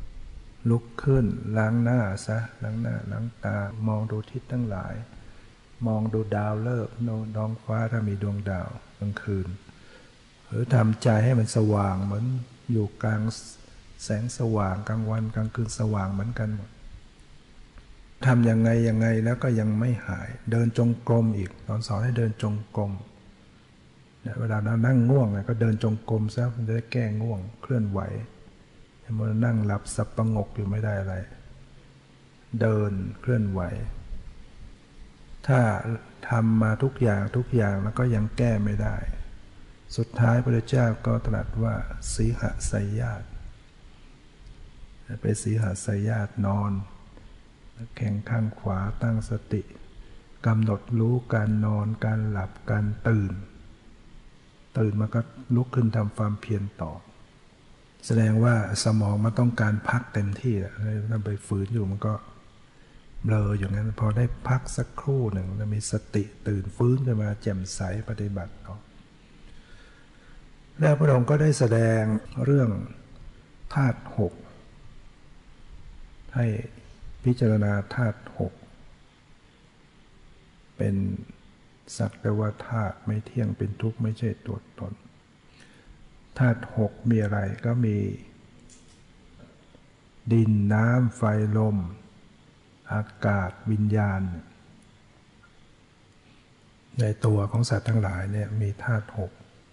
ลุกขึ้นล้างหน้าซะล้างหน้าล้างตามองดูทิศทั้งหลายมองดูดาวฤกษ์ท้องฟ้าถ้ามีดวงดาวกลางคืนหรือทำใจให้มันสว่างเหมือนอยู่กลางแสงสว่างกลางวันกลางคืนสว่างเหมือนกันหมดทำยังไงแล้วก็ยังไม่หายเดินจงกรมอีกสอนให้เดินจงกรมเวลาเรานั่งง่วงก็เดินจงกรมซะมันจะได้แก้ง่วงเคลื่อนไหวมันนั่งหลับสับประงกอยู่ไม่ได้อะไรเดินเคลื่อนไหวถ้าทำมาทุกอย่างแล้วก็ยังแก้ไม่ได้สุดท้ายพระพุทธเจ้าก็ตรัสว่าสีหสยญาติไปสีหสยญาตินอนแข้งข้างขวาตั้งสติกำหนดรู้การนอนการหลับการตื่นมาก็ลุกขึ้นทำความเพียรต่อแสดงว่าสมองมันต้องการพักเต็มที่แล้วถ้าไปฝืนอยู่มันก็เบลออย่างนั้นพอได้พักสักครู่หนึ่งแล้วมีสติตื่นฟื้นขึ้นมาแจ่มใสปฏิบัติต่อแล้วพระองค์ก็ได้แสดงเรื่องธาตุหกให้พิจารณาธาตุหกเป็นสักแต่ว่าธาตุไม่เที่ยงเป็นทุกข์ไม่ใช่ตัวตนธาตุหกมีอะไรก็มีดินน้ำไฟลมอากาศวิญญาณในตัวของสัตว์ทั้งหลายเนี่ยมีธาตุหก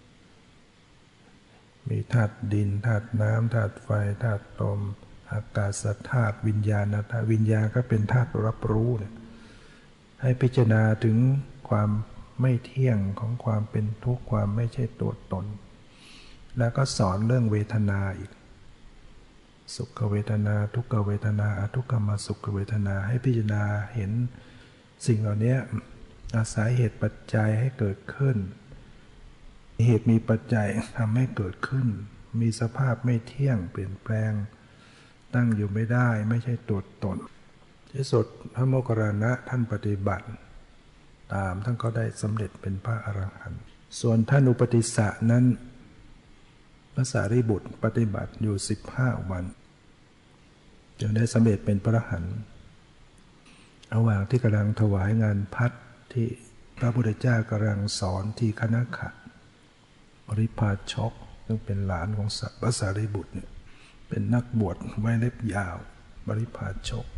มีธาตุดินธาตุน้ำธาตุไฟธาตุลมอากาศธาตุวิญญาณธาตุวิญญาณก็เป็นธาตุรับรู้เนี่ยให้พิจารณาถึงความไม่เที่ยงของความเป็นทุกข์ความไม่ใช่ตัวตนแล้วก็สอนเรื่องเวทนาอีกสุขเวทนาทุกขเวทนาอทุกขมสุขเวทนาให้พิจารณาเห็นสิ่งเหล่านี้อาศัยเหตุปัจจัยให้เกิดขึ้นเหตุมีปัจจัยทำให้เกิดขึ้นมีสภาพไม่เที่ยงเปลี่ยนแปลงตั้งอยู่ไม่ได้ไม่ใช่ตัวตนที่สุดพระโมคคัลลานะท่านปฏิบัติตามท่านก็ได้สำเร็จเป็นพระอรหันต์ส่วนท่านอุปติสสะนั้นพระสารีบุตรปฏิบัติอยู่15 วันจึงได้สำเร็จเป็นพระอรหันต์ระหว่างที่กำลังถวายงานพัดที่พระพุทธเจ้ากำลังสอนที่คณขะปริพาชกซึ่งเป็นหลานของพระสารีบุตรเนี่ยเป็นนักบวชไว้เล็บยาวปริพาชก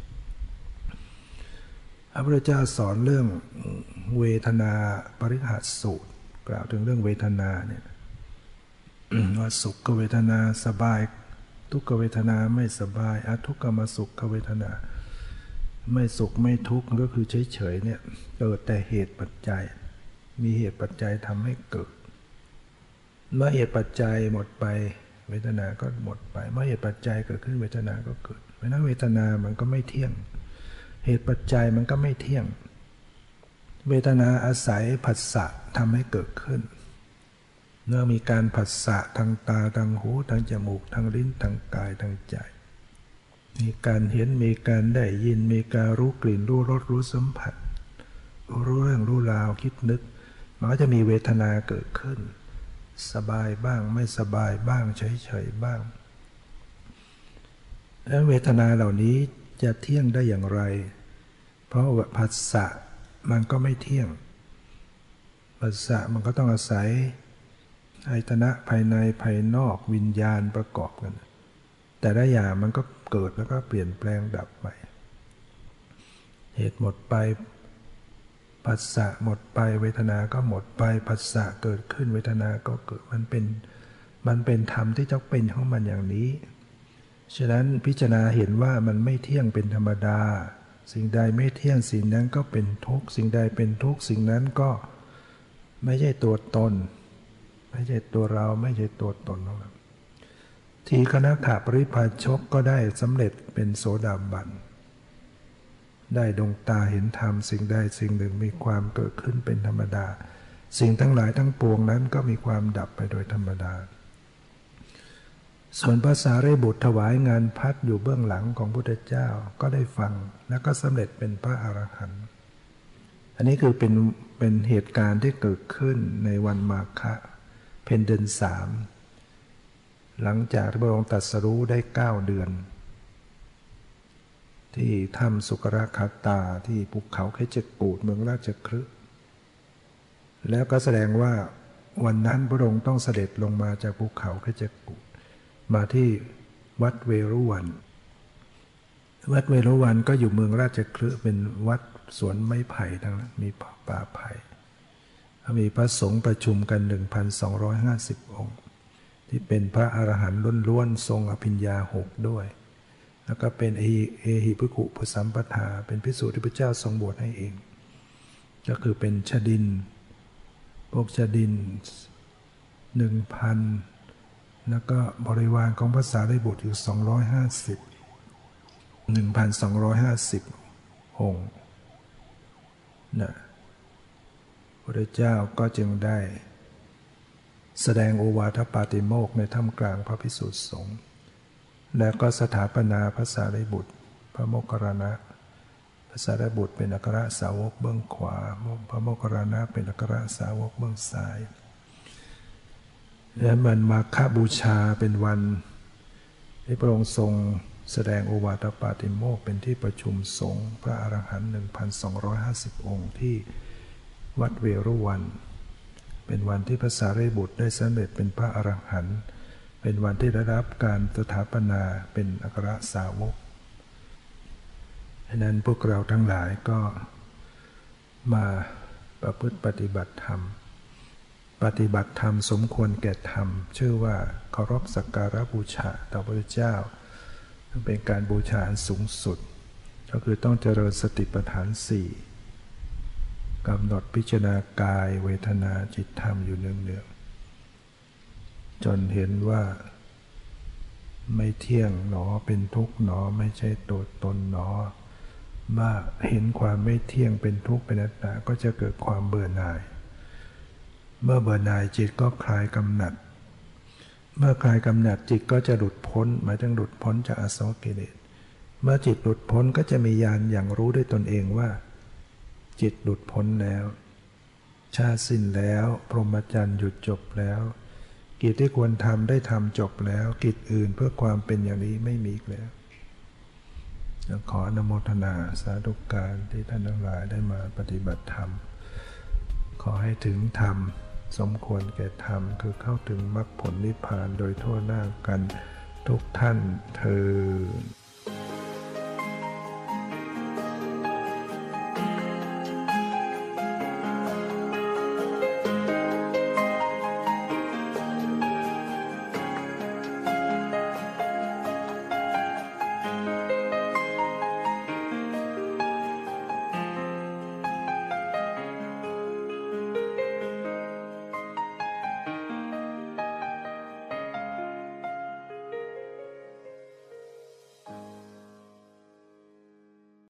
พระพุทธเจ้าสอนเรื่องเวทนาปริหัสสูตรกล่าวถึงเรื่องเวทนาเนี่ยว่าสุขเวทนาสบายทุกขเวทนาไม่สบายอทุกขมสุขเวทนาไม่สุขไม่ทุกข์ก็คือเฉยๆเนี่ยเกิดแต่เหตุปัจจัยมีเหตุปัจจัยทำให้เกิดเมื่อเหตุปัจจัยหมดไปเวทนาก็หมดไปเมื่อเหตุปัจจัยเกิดขึ้นเวทนาก็เกิดเพราะนั้นเวทนามันก็ไม่เที่ยงเหตุปัจจัยมันก็ไม่เที่ยงเวทนาอาศัยผัสสะทำให้เกิดขึ้นเมื่อมีการผัสสะทางตาทางหูทางจมูกทางลิ้นทางกายทางใจมีการเห็นมีการได้ยินมีการรู้กลิ่นรู้รสรู้สัมผัสรู้เรื่องรู้ราวคิดนึกมันก็จะมีเวทนาเกิดขึ้นสบายบ้างไม่สบายบ้างเฉยๆบ้างแล้วเวทนาเหล่านี้จะเที่ยงได้อย่างไรเพราะว่าผัสสะมันก็ไม่เที่ยงผัสสะมันก็ต้องอาศัยอายตนะภายในภายนอกวิญญาณประกอบกันแต่ละอย่างมันก็เกิดแล้วก็เปลี่ยนแปลงดับไปเหตุหมดไปผัสสะหมดไปเวทนาก็หมดไปผัสสะเกิดขึ้นเวทนาก็เกิดมันเป็นธรรมที่จะเป็นของมันอย่างนี้ฉะนั้นพิจารณาเห็นว่ามันไม่เที่ยงเป็นธรรมดาสิ่งใดไม่เที่ยงสิ่งนั้นก็เป็นทุกข์สิ่งใดเป็นทุกข์สิ่งนั้นก็ไม่ใช่ตัวตนไม่ใช่ตัวเราไม่ใช่ตัวตนของเราทีฆนขะปริพาชกก็ได้สำเร็จเป็นโสดาบันได้ดวงตาเห็นธรรมสิ่งใดสิ่งหนึ่งมีความเกิดขึ้นเป็นธรรมดาสิ่งทั้งหลายทั้งปวงนั้นก็มีความดับไปโดยธรรมดาส่วนพระสารีบุตรถวายงานพัดอยู่เบื้องหลังของพุทธเจ้าก็ได้ฟังแล้วก็สำเร็จเป็นพระอรหันต์อันนี้คือเป็นเหตุการณ์ที่เกิดขึ้นในวันมาฆะเพ็ญเดือน3หลังจากที่พระองค์ตรัสรู้ได้9 เดือนที่ถ้ำสุกราคาตาที่ภูเขาเคจกูฏเมืองราชคฤห์แล้วก็แสดงว่าวันนั้นพระองค์ต้องเสด็จลงมาจากภูเขาเคจกูฏมาที่วัดเวรุวันวัดเวรุวันก็อยู่เมืองราชคฤห์เป็นวัดสวนไม้ไผ่ทั้งนั้นมีป่าไผ่มีพระสงฆ์ประชุมกัน 1,250 องค์ที่เป็นพระอรหันต์ล้วนๆทรงอภิญญา6ด้วยแล้วก็เป็นเอหิภิกขุปสัมปทาเป็นภิกษุที่พระเจ้าทรงบวชให้เองก็คือเป็นชดินพวกชดิน 1,000 แล้วก็บริวารของพระสารีบุตรอยู่1,250 องค์นะพระเจ้าก็จึงได้แสดงโอวาทปาติโมกข์ในท่ามกลางพระภิกษุสงฆ์แล้วก็สถาปนาพระสารีบุตรพระโมคคัลลานะพระสารีบุตรเป็นอัครสาวกเบื้องขวาพระโมคคัลลานะเป็นอัครสาวกเบื้องซ้ายและมันมาฆบูชาเป็นวันที่พระองค์ทรงแสดงโอวาทปาติโมกข์เป็นที่ประชุมสงฆ์พระอรหันต์ 1,250 องค์ที่วัดเวรุวันเป็นวันที่พระสารีบุตรได้สำเร็จเป็นพระอรหันต์เป็นวันที่ได้รับการสถาปนาเป็นอัครสาวกฉะนั้นพวกเราทั้งหลายก็มาประพฤติปฏิบัติธรรมสมควรแก่ธรรมชื่อว่าเคารพสักการะบูชาต่อพระเจ้าเป็นการบูชาอันสูงสุดก็คือต้องเจริญสติปัฏฐาน 4กำหนดพิจารณากายเวทนาจิตธรรมอยู่เนืองๆจนเห็นว่าไม่เที่ยงหนอเป็นทุกข์หนอไม่ใช่ตัวตนหนอเมื่อเห็นความไม่เที่ยงเป็นทุกข์เป็นอนัตตาก็จะเกิดความเบื่อหน่ายเมื่อเบื่อหน่ายจิตก็คลายกำหนัดเมื่อคลายกำหนัดจิตก็จะหลุดพ้นหมายถึงหลุดพ้นจากอาสวะกิเลสเมื่อจิตหลุดพ้นก็จะมีญาณอย่างรู้ด้วยตนเองว่าจิตหลุดพ้นแล้วชาติสิ้นแล้วพรหมจรรย์หยุดจบแล้วกิจที่ควรทำได้ทำจบแล้วกิจอื่นเพื่อความเป็นอย่างนี้ไม่มีอีกแล้วขออนุโมทนาสาธุการที่ท่านทั้งหลายได้มาปฏิบัติธรรมขอให้ถึงธรรมสมควรแก่ธรรมคือเข้าถึงมรรคผลนิพพานโดยทั่วหน้ากันทุกท่านเทอญ